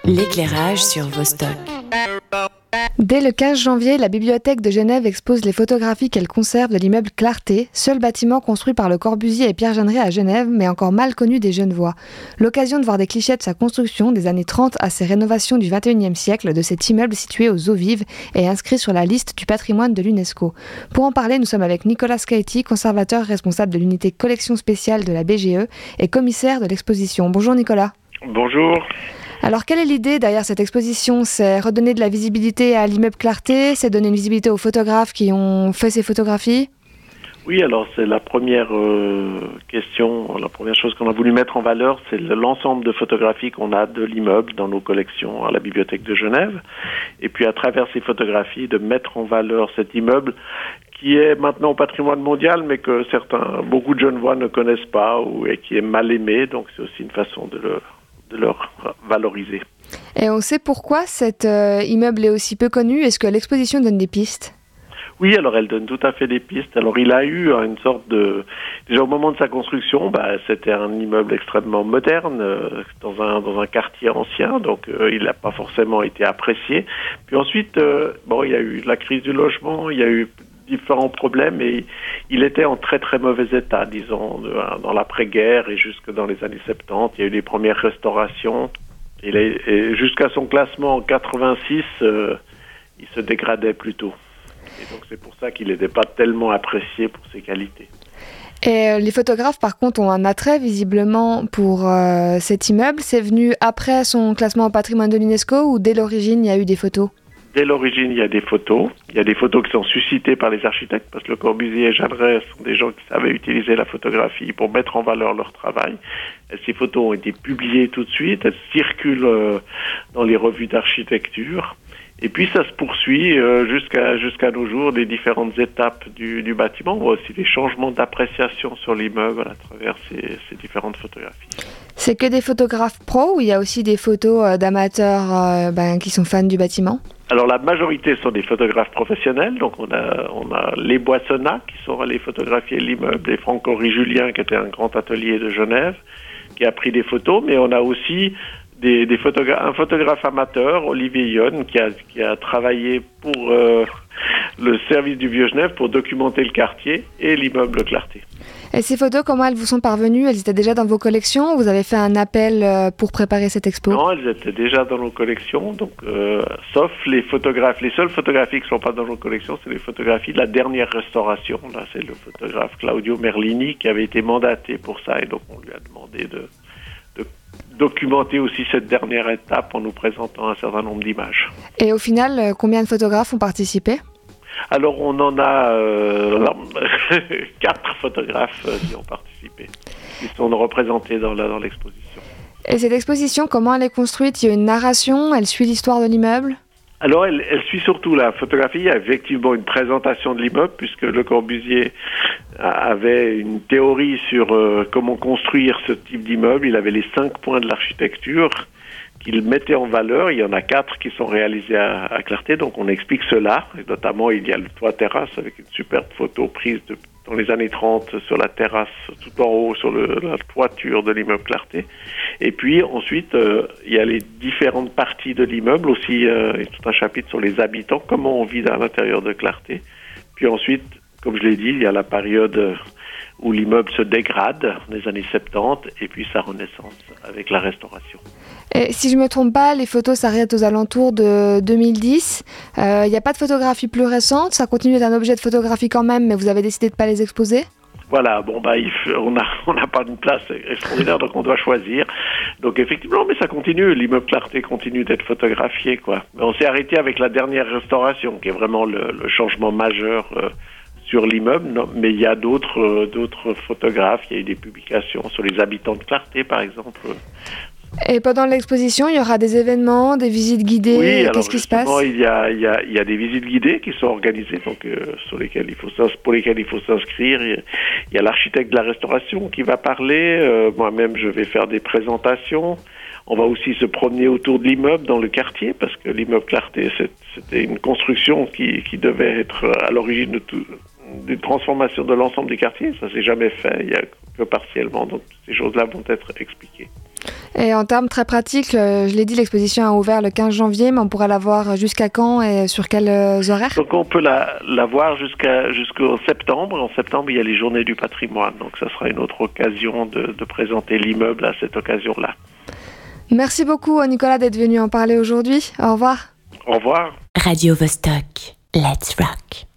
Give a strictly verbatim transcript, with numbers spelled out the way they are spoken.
L'éclairage sur Vostok. Dès le quinze janvier, la Bibliothèque de Genève expose les photographies qu'elle conserve de l'immeuble Clarté, seul bâtiment construit par Le Corbusier et Pierre Jeanneret à Genève, mais encore mal connu des Genevois. L'occasion de voir des clichés de sa construction des années trente à ses rénovations du vingt et unième siècle de cet immeuble situé aux Eaux Vives et inscrit sur la liste du patrimoine de l'UNESCO. Pour en parler, nous sommes avec Nicolas Scaiti, conservateur responsable de l'unité collection spéciale de la B G E et commissaire de l'exposition. Bonjour Nicolas. Bonjour. Alors, quelle est l'idée derrière cette exposition ? C'est redonner de la visibilité à l'immeuble Clarté ? C'est donner une visibilité aux photographes qui ont fait ces photographies ? Oui, alors c'est la première euh, question, la première chose qu'on a voulu mettre en valeur, c'est l'ensemble de photographies qu'on a de l'immeuble dans nos collections à la Bibliothèque de Genève. Et puis à travers ces photographies, de mettre en valeur cet immeuble qui est maintenant au patrimoine mondial, mais que certains, beaucoup de Genevois ne connaissent pas ou et qui est mal aimé. Donc c'est aussi une façon de le de leur valoriser. Et on sait pourquoi cet euh, immeuble est aussi peu connu. Est-ce que l'exposition donne des pistes ? Oui, alors elle donne tout à fait des pistes. Alors il a eu une sorte de... Déjà au moment de sa construction, bah, c'était un immeuble extrêmement moderne, euh, dans un dans un quartier ancien, donc euh, il n'a pas forcément été apprécié. Puis ensuite, euh, bon, il y a eu la crise du logement, il y a eu différents problèmes et il était en très très mauvais état, disons, dans l'après-guerre et jusque dans les années soixante-dix. Il y a eu les premières restaurations. Il est, et jusqu'à son classement en quatre-vingt-six, euh, il se dégradait plutôt. Et donc c'est pour ça qu'il n'était pas tellement apprécié pour ses qualités. Et euh, les photographes, par contre, ont un attrait visiblement pour euh, cet immeuble. C'est venu après son classement au patrimoine de l'UNESCO ou dès l'origine, il y a eu des photos ? Dès l'origine, il y a des photos. Il y a des photos qui sont suscitées par les architectes, parce que Le Corbusier et Jeanneret sont des gens qui savaient utiliser la photographie pour mettre en valeur leur travail. Et ces photos ont été publiées tout de suite. Elles circulent euh, dans les revues d'architecture. Et puis ça se poursuit euh, jusqu'à jusqu'à nos jours, des différentes étapes du, du bâtiment. On voit aussi des changements d'appréciation sur l'immeuble à travers ces, ces différentes photographies. C'est que des photographes pros ou il y a aussi des photos euh, d'amateurs euh, ben, qui sont fans du bâtiment ? Alors la majorité sont des photographes professionnels, donc on a on a les Boissonnat qui sont allés photographier l'immeuble, et Franck-Henri Julien qui était un grand atelier de Genève, qui a pris des photos, mais on a aussi des, des photographes, un photographe amateur, Olivier Yonne, qui a qui a travaillé pour euh, le service du Vieux-Genève pour documenter le quartier et l'immeuble Clarté. Et ces photos, comment elles vous sont parvenues ? Elles étaient déjà dans vos collections ou vous avez fait un appel euh, pour préparer cette expo ? Non, elles étaient déjà dans nos collections, donc euh, sauf les photographes. Les seules photographies qui ne sont pas dans nos collections, c'est les photographies de la dernière restauration. Là, c'est le photographe Claudio Merlini qui avait été mandaté pour ça, et donc on lui a demandé de, de documenter aussi cette dernière étape en nous présentant un certain nombre d'images. Et au final, euh, combien de photographes ont participé ? Alors on en a euh, quatre photographes euh, qui ont participé, qui sont représentés dans, la, dans l'exposition. Et cette exposition, comment elle est construite ? Il y a une narration, elle suit l'histoire de l'immeuble ? Alors elle, elle suit surtout la photographie. Il y a effectivement une présentation de l'immeuble, puisque Le Corbusier avait une théorie sur euh, comment construire ce type d'immeuble. Il avait les cinq points de l'architecture qu'il mettait en valeur. Il y en a quatre qui sont réalisés à, à Clarté, donc on explique cela. Et notamment, il y a le toit terrasse avec une superbe photo prise de, dans les années trente sur la terrasse, tout en haut, sur le, la toiture de l'immeuble Clarté. Et puis ensuite, euh, il y a les différentes parties de l'immeuble, aussi euh, il y a tout un chapitre sur les habitants, comment on vit à l'intérieur de Clarté. Puis ensuite, comme je l'ai dit, il y a la période où l'immeuble se dégrade, les années soixante-dix, et puis sa renaissance avec la restauration. Et si je ne me trompe pas, les photos s'arrêtent aux alentours de deux mille dix. Il euh, n'y a pas de photographie plus récente, ça continue d'être un objet de photographie quand même, mais vous avez décidé de ne pas les exposer ? Voilà, bon bah il faut, on a on n'a pas une place extraordinaire, donc on doit choisir. Donc effectivement, mais ça continue, l'immeuble Clarté continue d'être photographié, quoi. Mais on s'est arrêté avec la dernière restauration, qui est vraiment le, le changement majeur euh, sur l'immeuble. Non, mais il y a d'autres euh, d'autres photographes, il y a eu des publications sur les habitants de Clarté, par exemple. Et pendant l'exposition, il y aura des événements, des visites guidées. Oui, alors qu'est-ce qui se passe ? il y a, il y a, il y a des visites guidées qui sont organisées, donc euh, sur lesquelles il faut pour lesquelles il faut s'inscrire. Il y a, il y a l'architecte de la restauration qui va parler. Euh, moi-même, je vais faire des présentations. On va aussi se promener autour de l'immeuble dans le quartier, parce que l'immeuble Clarté, c'était une construction qui, qui devait être à l'origine de tout, d'une transformation de l'ensemble du quartier. Ça s'est jamais fait, il y a que partiellement. Donc ces choses-là vont être expliquées. Et en termes très pratiques, je l'ai dit, l'exposition a ouvert le quinze janvier, mais on pourra la voir jusqu'à quand et sur quels horaires? Donc on peut la, la voir jusqu'à, jusqu'au septembre. En septembre, il y a les journées du patrimoine. Donc ça sera une autre occasion de, de présenter l'immeuble à cette occasion-là. Merci beaucoup Nicolas d'être venu en parler aujourd'hui. Au revoir. Au revoir. Radio Vostok. Let's rock.